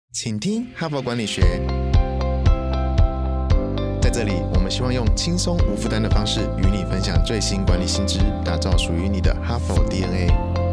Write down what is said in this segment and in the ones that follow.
请听哈佛管理学。在这里，我们希望用轻松无负担的方式与你分享最新管理新知，打造属于你的哈佛 DNA。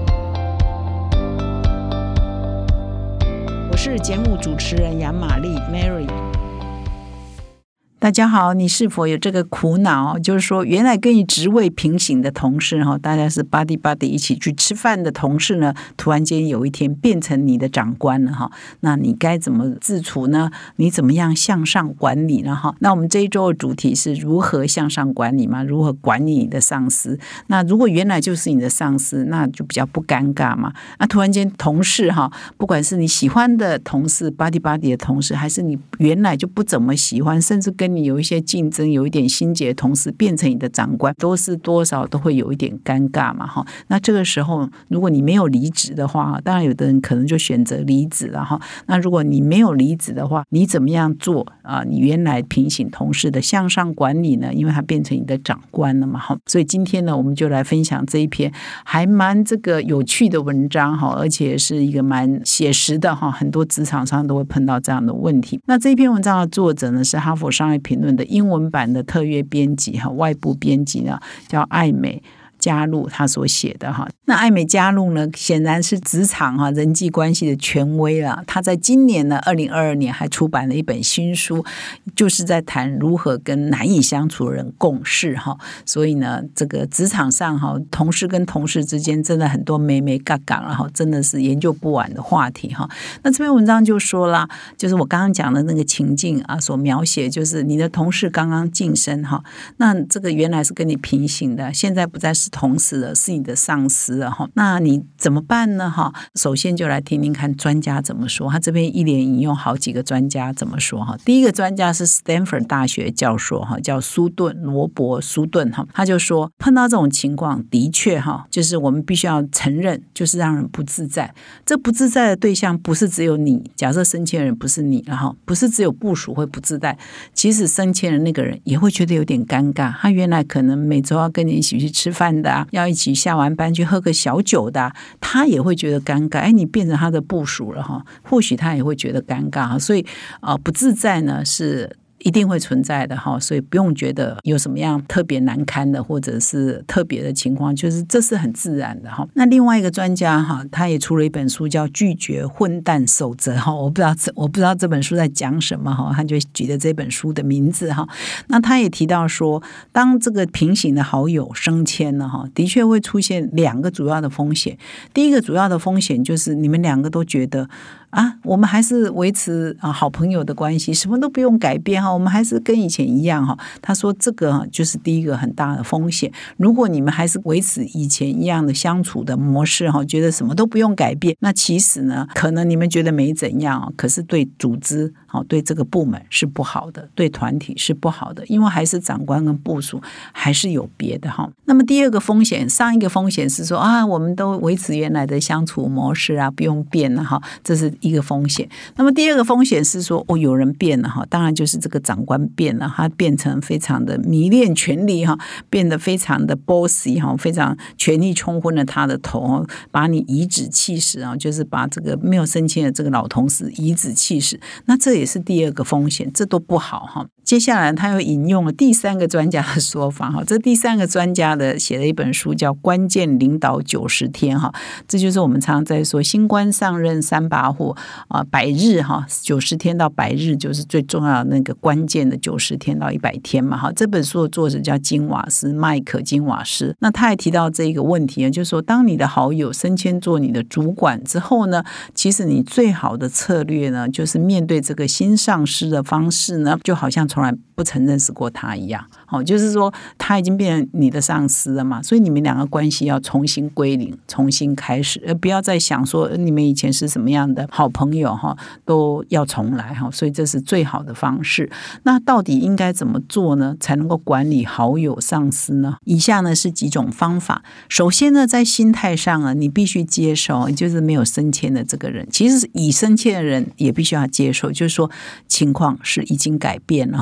我是节目主持人杨玛丽 Mary。大家好，你是否有这个苦恼？就是说，原来跟你职位平行的同事，大家是 buddy 一起去吃饭的同事呢，突然间有一天变成你的长官了，那你该怎么自处呢？你怎么样向上管理呢？那我们这一周的主题是如何向上管理嘛？如何管理你的上司？那如果原来就是你的上司，那就比较不尴尬嘛。那突然间同事不管是你喜欢的同事 buddy 的同事，还是你原来就不怎么喜欢，甚至跟你有一些竞争，有一点心结的同事变成你的长官，都是多少都会有一点尴尬嘛。那这个时候如果你没有离职的话，当然有的人可能就选择离职了。那如果你没有离职的话，你怎么样做你原来平行同事的向上管理呢？因为他变成你的长官了嘛。所以今天呢，我们就来分享这一篇还蛮这个有趣的文章，而且是一个蛮写实的，很多职场上都会碰到这样的问题。那这一篇文章的作者呢，是哈佛商业评论的英文版的特约编辑外部编辑呢，叫艾美加入他所写的。那艾美加入呢，显然是职场人际关系的权威了。他在今年呢2022年还出版了一本新书，就是在谈如何跟难以相处的人共事。所以呢，这个职场上同事跟同事之间真的很多眉眉角角，然后真的是研究不完的话题。那这篇文章就说啦，就是我刚刚讲的那个情境所描写，就是你的同事刚刚晋升，那这个原来是跟你平行的，现在不再是同事了，是你的上司了。那你怎么办呢？首先就来听听看专家怎么说。他这边一连引用好几个专家怎么说。第一个专家是 Stanford 大学教授，叫罗伯苏顿，他就说碰到这种情况的确就是我们必须要承认，就是让人不自在。这不自在的对象不是只有你，假设升迁的人不是你，不是只有部属会不自在，其实升迁的那个人也会觉得有点尴尬。他原来可能每周要跟你一起去吃饭的要一起下完班去喝个小酒的他也会觉得尴尬。你变成他的部属了或许他也会觉得尴尬。所以不自在呢是一定会存在的，所以不用觉得有什么样特别难堪的或者是特别的情况，就是这是很自然的。那另外一个专家他也出了一本书叫拒绝混蛋守则，我不知道这本书在讲什么，他就举了这本书的名字。那他也提到说，当这个平行的好友升迁了，的确会出现两个主要的风险。第一个主要的风险就是你们两个都觉得我们还是维持好朋友的关系，什么都不用改变我们还是跟以前一样他说这个就是第一个很大的风险。如果你们还是维持以前一样的相处的模式觉得什么都不用改变，那其实呢可能你们觉得没怎样可是对组织对这个部门是不好的，对团体是不好的，因为还是长官跟部属还是有别的那么第二个风险，上一个风险是说我们都维持原来的相处模式不用变了这是一个风险。那么第二个风险是说有人变了当然就是这个长官变了，他变成非常的迷恋权力变得非常的 bossy 非常权力冲昏了他的头把你颐指气使就是把这个没有升迁的这个老同事颐指气使，那这也是第二个风险，这都不好接下来他又引用了第三个专家的说法这第三个专家的写了一本书叫关键领导90天这就是我们常常在说新官上任3把火100日90天到100日就是最重要的那个关键的90天到100天嘛这本书的作者叫金瓦斯，麦克金瓦斯。那他也提到这一个问题就是说当你的好友升迁做你的主管之后呢，其实你最好的策略呢就是面对这个新上司的方式呢就好像从来不曾认识过他一样就是说他已经变成你的上司了嘛，所以你们两个关系要重新归零，重新开始，而不要再想说你们以前是什么样的好朋友都要重来所以这是最好的方式。那到底应该怎么做呢才能够管理好友上司呢？以下呢是几种方法。首先呢，在心态上你必须接受就是没有升迁的这个人，其实已升迁的人也必须要接受，就是说情况是已经改变，然后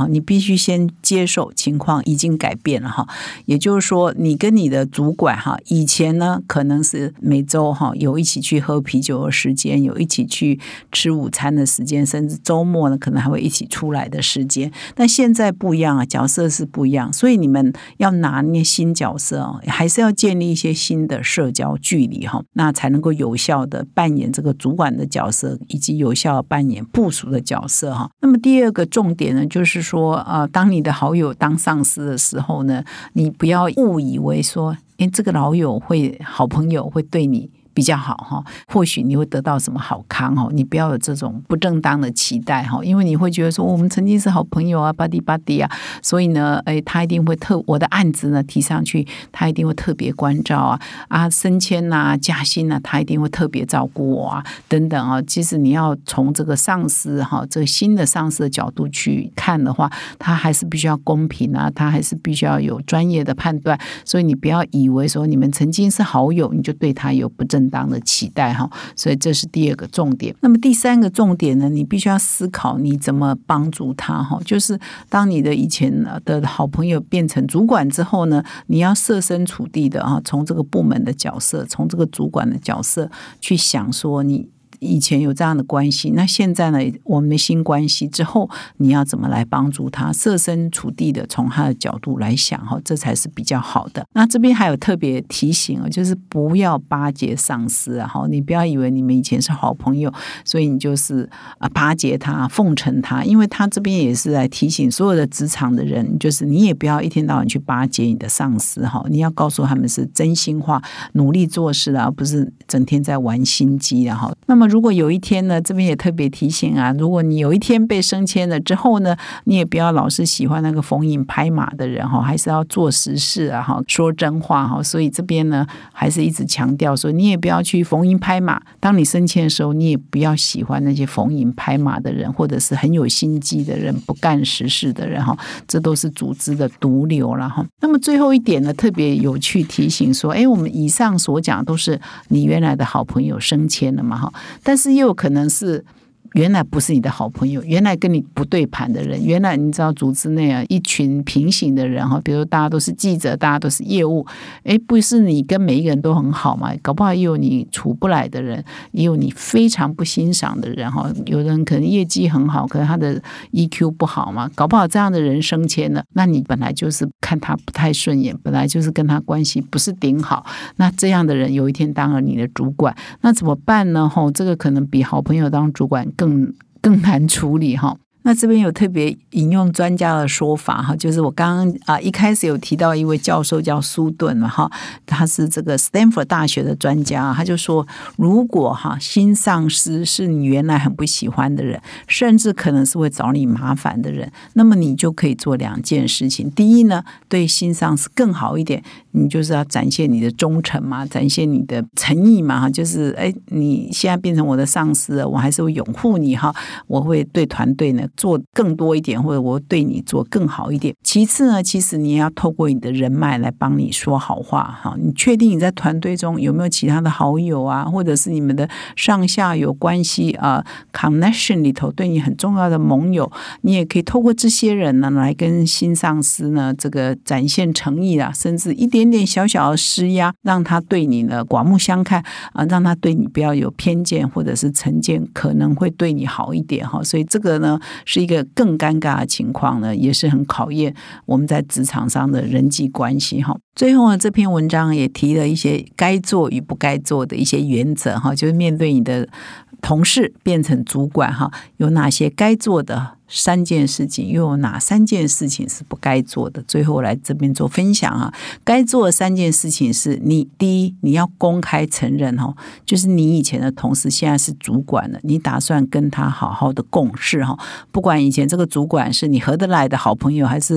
哈，你必须先接受情况已经改变了哈。也就是说，你跟你的主管哈，以前呢可能是每周哈有一起去喝啤酒的时间，有一起去吃午餐的时间，甚至周末呢可能还会一起出来的时间。但现在不一样啊，角色是不一样，所以你们要拿捏新角色还是要建立一些新的社交距离哈，那才能够有效的扮演这个主管的角色，以及有效的扮演部属的角色哈。那么第二个重点呢，就是说当你的好友当上司的时候呢，你不要误以为说这个好朋友会对你比较好哈，或许你会得到什么好康哈，你不要有这种不正当的期待哈，因为你会觉得说我们曾经是好朋友啊，buddy啊，所以呢，他一定会我的案子呢提上去，他一定会特别关照升迁啊、加薪啊，他一定会特别照顾我啊，等等啊。其实你要从这个上司哈，这个新的上司的角度去看的话，他还是必须要公平啊，他还是必须要有专业的判断，所以你不要以为说你们曾经是好友，你就对他有不正当的期待哈，所以这是第二个重点。那么第三个重点呢，你必须要思考你怎么帮助他哈，就是当你的以前的好朋友变成主管之后呢，你要设身处地的从这个部门的角色，从这个主管的角色去想说你以前有这样的关系，那现在呢我们的新关系之后，你要怎么来帮助他，设身处地的从他的角度来想，这才是比较好的。那这边还有特别提醒，就是不要巴结上司，你不要以为你们以前是好朋友，所以你就是巴结他奉承他，因为他这边也是来提醒所有的职场的人，就是你也不要一天到晚去巴结你的上司，你要告诉他们是真心话，努力做事而不是整天在玩心机。那么如果有一天呢，这边也特别提醒如果你有一天被升迁了之后呢，你也不要老是喜欢那个逢迎拍马的人，还是要做实事说真话。所以这边呢还是一直强调说，你也不要去逢迎拍马，当你升迁的时候，你也不要喜欢那些逢迎拍马的人，或者是很有心机的人，不干实事的人，这都是组织的毒瘤了。那么最后一点呢，特别有趣提醒说，我们以上所讲都是你原来的好朋友升迁了嘛，但是又有可能是原来不是你的好朋友，原来跟你不对盘的人，原来你知道组织内一群平行的人，比如大家都是记者，大家都是业务，不是你跟每一个人都很好嘛，搞不好也有你处不来的人，也有你非常不欣赏的人，有人可能业绩很好，可能他的 EQ 不好嘛，搞不好这样的人升迁了，那你本来就是看他不太顺眼，本来就是跟他关系不是顶好，那这样的人有一天当了你的主管，那怎么办呢？这个可能比好朋友当主管更难处理哈。那这边有特别引用专家的说法哈，就是我刚刚一开始有提到一位教授叫苏顿嘛哈，他是这个 Stanford 大学的专家，他就说，如果新上司是你原来很不喜欢的人，甚至可能是会找你麻烦的人，那么你就可以做两件事情。第一呢，对新上司更好一点，你就是要展现你的忠诚嘛，展现你的诚意嘛，就是你现在变成我的上司了，我还是会拥护你哈，我会对团队呢做更多一点，或者我对你做更好一点。其次呢，其实你也要透过你的人脉来帮你说好话哈。你确定你在团队中有没有其他的好友啊，或者是你们的上下游关系connection 里头对你很重要的盟友，你也可以透过这些人呢来跟新上司呢这个展现诚意啦，甚至一点点小小的施压，让他对你呢刮目相看让他对你不要有偏见或者是成见，可能会对你好一点哈。所以这个呢是一个更尴尬的情况呢，也是很考验我们在职场上的人际关系哈。最后呢，这篇文章也提了一些该做与不该做的一些原则哈，就是面对你的同事变成主管哈，有哪些该做的3件事情，又有哪3件事情是不该做的。最后来这边做分享哈。该做的3件事情是，第一，你要公开承认哈，就是你以前的同事现在是主管了，你打算跟他好好的共事哈，不管以前这个主管是你合得来的好朋友，还是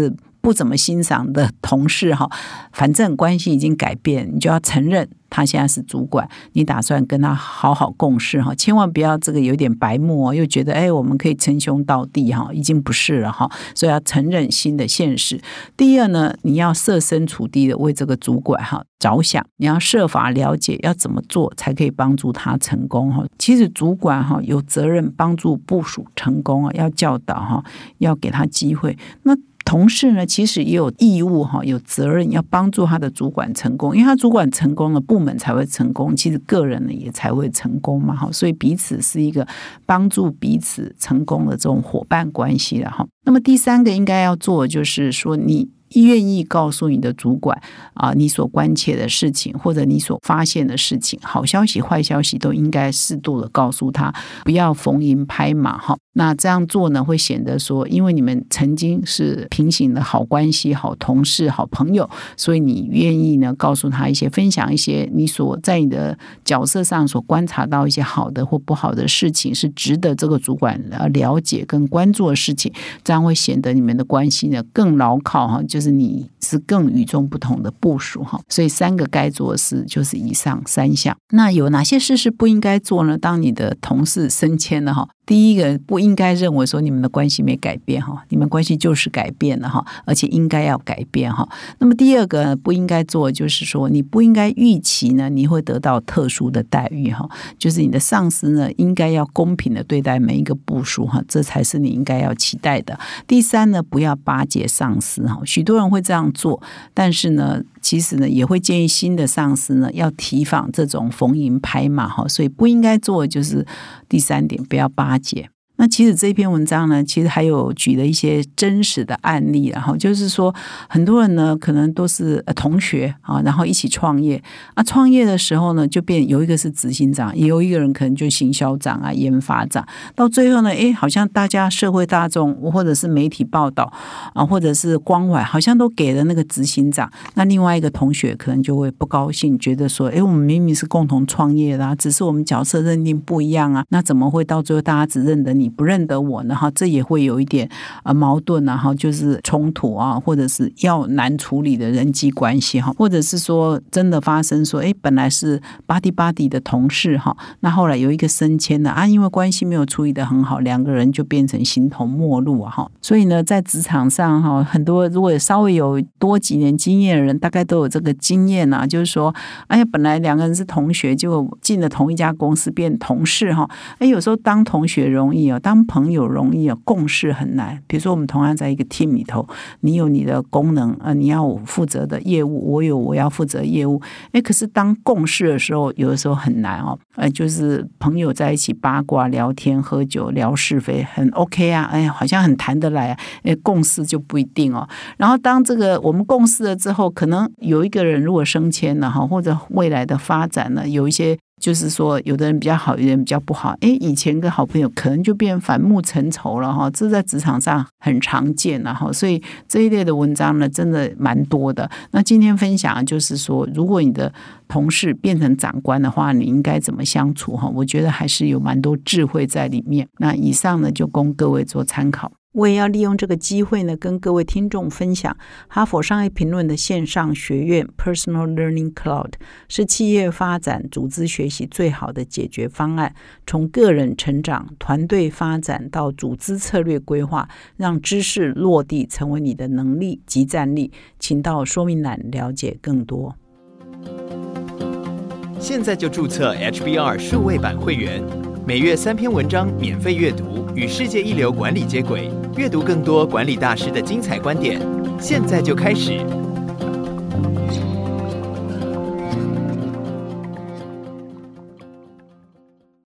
不怎么欣赏的同事反正关系已经改变，你就要承认他现在是主管，你打算跟他好好共事千万不要这个有点白目又觉得我们可以称兄道弟已经不是了所以要承认新的现实。第二呢，你要设身处地的为这个主管着想，你要设法了解要怎么做才可以帮助他成功其实主管有责任帮助部属成功要教导要给他机会。那同事呢，其实也有义务有责任要帮助他的主管成功，因为他主管成功了，部门才会成功，其实个人呢也才会成功嘛所以彼此是一个帮助彼此成功的这种伙伴关系了那么第三个应该要做的就是说，你愿意告诉你的主管你所关切的事情，或者你所发现的事情，好消息坏消息都应该适度的告诉他，不要逢迎拍马那这样做呢，会显得说，因为你们曾经是平行的好关系、好同事、好朋友，所以你愿意呢告诉他一些，分享一些你所在你的角色上所观察到一些好的或不好的事情，是值得这个主管了解跟关注的事情，这样会显得你们的关系呢更牢靠就是你是更与众不同的部属所以3个该做的事就是以上3项。那有哪些事是不应该做呢？当你的同事升迁了第一个，不应该认为说你们的关系没改变你们关系就是改变了而且应该要改变那么第二个不应该做就是说，你不应该预期呢你会得到特殊的待遇就是你的上司呢应该要公平的对待每一个部属这才是你应该要期待的。第三呢，不要巴结上司许多人会这样做，但是呢其实呢也会建议新的上司呢要提防这种逢迎拍马所以不应该做的就是第3点，不要巴结。那其实这篇文章呢，其实还有举了一些真实的案例，然后就是说很多人呢可能都是同学然后一起创业创业的时候呢就变有一个是执行长，也有一个人可能就行销长研发长，到最后呢好像大家社会大众或者是媒体报道或者是光环好像都给了那个执行长，那另外一个同学可能就会不高兴，觉得说我们明明是共同创业的只是我们角色认定不一样那怎么会到最后大家只认得你不认得我呢这也会有一点矛盾就是冲突或者是要难处理的人际关系或者是说真的发生说本来是buddy的同事那后来有一个升迁了因为关系没有处理得很好，2个人就变成形同陌路所以呢在职场上很多如果稍微有多几年经验的人大概都有这个经验就是说本来2个人是同学，结果进了同一家公司变同事有时候当同学容易当朋友容易共事很难。比如说我们同样在一个 team 里头，你有你的功能你要负责的业务，我有我要负责的业务可是当共事的时候有的时候很难就是朋友在一起八卦聊天喝酒聊是非很 OK 好像很谈得来共事就不一定然后当这个我们共事了之后，可能有一个人如果升迁了或者未来的发展呢有一些就是说有的人比较好，有的人比较不好以前跟好朋友可能就变反目成仇了这在职场上很常见所以这一类的文章呢真的蛮多的。那今天分享就是说，如果你的同事变成长官的话，你应该怎么相处我觉得还是有蛮多智慧在里面。那以上呢就供各位做参考。我也要利用这个机会呢，跟各位听众分享哈佛商业评论的线上学院 Personal Learning Cloud 是企业发展、组织学习最好的解决方案，从个人成长、团队发展到组织策略规划，让知识落地成为你的能力及战力。请到说明栏了解更多。 现在就注册 HBR 数位版会员，每月3篇文章免费阅读，与世界一流管理接轨，阅读更多管理大师的精彩观点。现在就开始